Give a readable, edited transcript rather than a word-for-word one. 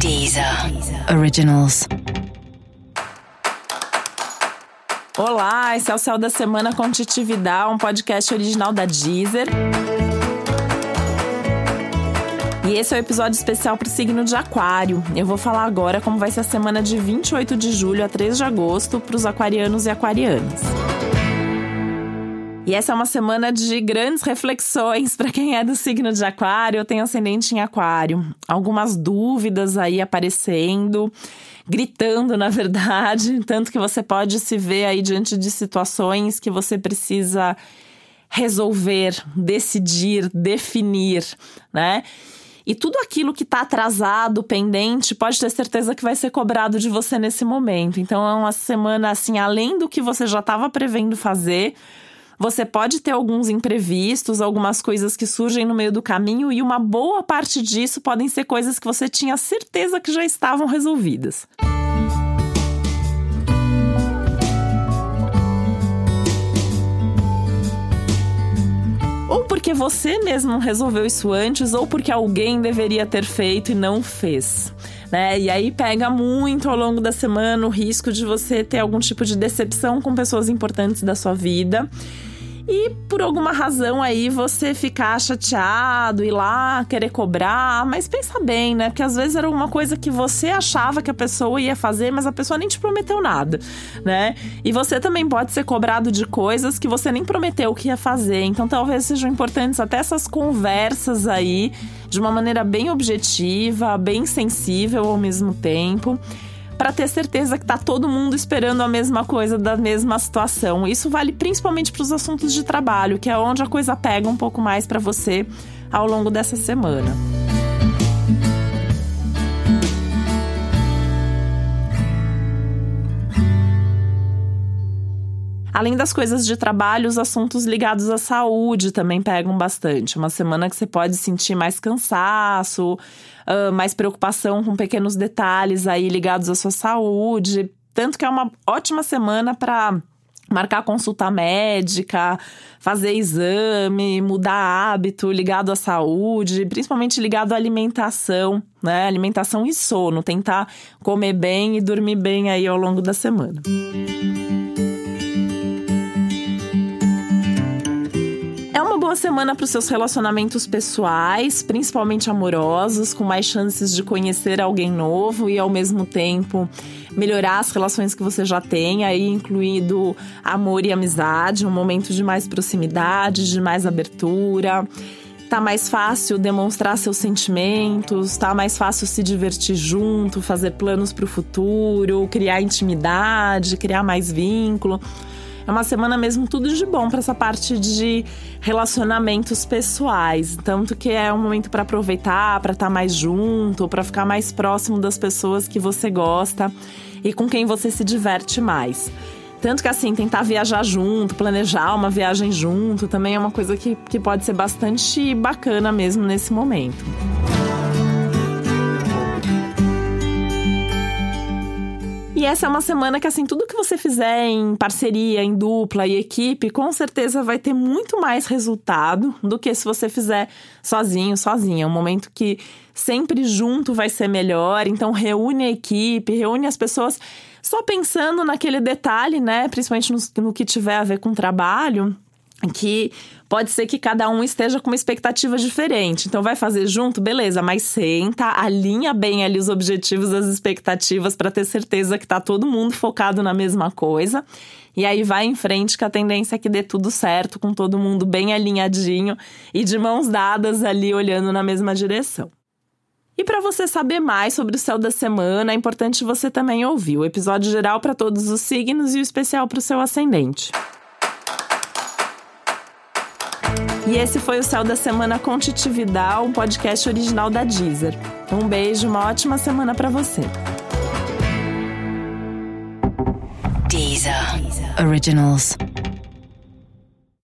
Deezer Originals. Olá, esse é o Céu da Semana com Titi Vidal, um podcast original da Deezer. E esse é o episódio especial para o signo de Aquário. Eu vou falar agora como vai ser a semana de 28 de julho a 3 de agosto para os aquarianos e aquarianas. E essa é uma semana de grandes reflexões para quem é do signo de Aquário ou tem ascendente em Aquário. Algumas dúvidas aí aparecendo, gritando na verdade, tanto que você pode se ver aí diante de situações que você precisa resolver, decidir, definir, né? E tudo aquilo que está atrasado, pendente, pode ter certeza que vai ser cobrado de você nesse momento. Então é uma semana assim, além do que você já estava prevendo fazer, você pode ter alguns imprevistos, algumas coisas que surgem no meio do caminho e uma boa parte disso podem ser coisas que você tinha certeza que já estavam resolvidas. Ou porque você mesmo resolveu isso antes, ou porque alguém deveria ter feito e não fez, né? E aí pega muito ao longo da semana o risco de você ter algum tipo de decepção com pessoas importantes da sua vida. E por alguma razão aí você ficar chateado, ir lá, querer cobrar. Mas pensa bem, né? Porque às vezes era alguma coisa que você achava que a pessoa ia fazer, mas a pessoa nem te prometeu nada, né? E você também pode ser cobrado de coisas que você nem prometeu que ia fazer. Então talvez sejam importantes até essas conversas aí, de uma maneira bem objetiva, bem sensível ao mesmo tempo, para ter certeza que tá todo mundo esperando a mesma coisa da mesma situação. Isso vale principalmente para os assuntos de trabalho, que é onde a coisa pega um pouco mais para você ao longo dessa semana. Além das coisas de trabalho, os assuntos ligados à saúde também pegam bastante. Uma semana que você pode sentir mais cansaço, mais preocupação com pequenos detalhes aí ligados à sua saúde. Tanto que é uma ótima semana para marcar consulta médica, fazer exame, mudar hábito ligado à saúde, principalmente ligado à alimentação, né? Alimentação e sono, tentar comer bem e dormir bem aí ao longo da semana. Boa semana para os seus relacionamentos pessoais, principalmente amorosos, com mais chances de conhecer alguém novo e ao mesmo tempo melhorar as relações que você já tem, aí incluindo amor e amizade, um momento de mais proximidade, de mais abertura. Tá mais fácil demonstrar seus sentimentos, tá mais fácil se divertir junto, fazer planos para o futuro, criar intimidade, criar mais vínculo. É uma semana mesmo tudo de bom para essa parte de relacionamentos pessoais. Tanto que é um momento para aproveitar, para estar mais junto, para ficar mais próximo das pessoas que você gosta e com quem você se diverte mais. Tanto que assim, tentar viajar junto, planejar uma viagem junto, também é uma coisa que pode ser bastante bacana mesmo nesse momento. E essa é uma semana que, assim, tudo que você fizer em parceria, em dupla e equipe, com certeza vai ter muito mais resultado do que se você fizer sozinho, sozinha. É um momento que sempre junto vai ser melhor. Então, reúne a equipe, reúne as pessoas só pensando naquele detalhe, né? Principalmente no que tiver a ver com trabalho, que pode ser que cada um esteja com uma expectativa diferente. Então vai fazer junto, beleza, mas senta, alinha bem ali os objetivos, as expectativas para ter certeza que tá todo mundo focado na mesma coisa. E aí vai em frente, que a tendência é que dê tudo certo, com todo mundo bem alinhadinho e de mãos dadas ali olhando na mesma direção. E para você saber mais sobre o céu da semana, é importante você também ouvir o episódio geral para todos os signos e o especial para o seu ascendente. E esse foi o Céu da Semana com Titi Vidal, um podcast original da Deezer. Um beijo, uma ótima semana pra você. Deezer Originals.